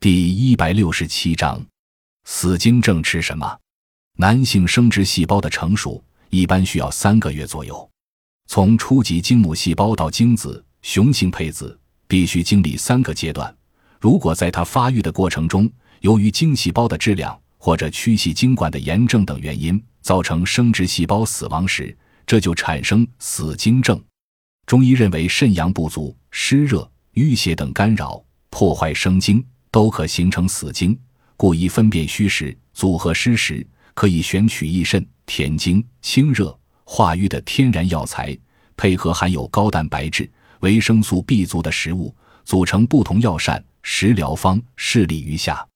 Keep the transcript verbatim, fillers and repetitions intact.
第一百六十七章，死精症吃什么？男性生殖细胞的成熟一般需要三个月左右，从初级精母细胞到精子，雄性配子必须经历三个阶段。如果在它发育的过程中，由于精细胞的质量或者曲系精管的炎症等原因，造成生殖细胞死亡时，这就产生死精症。中医认为肾阳不足、湿热、淤血等干扰破坏生精，都可形成死精，故宜分辨虚实，组合施食，可以选取益肾、填精、清热、化瘀的天然药材，配合含有高蛋白质、维生素 B 族的食物，组成不同药膳食疗方，示例于下。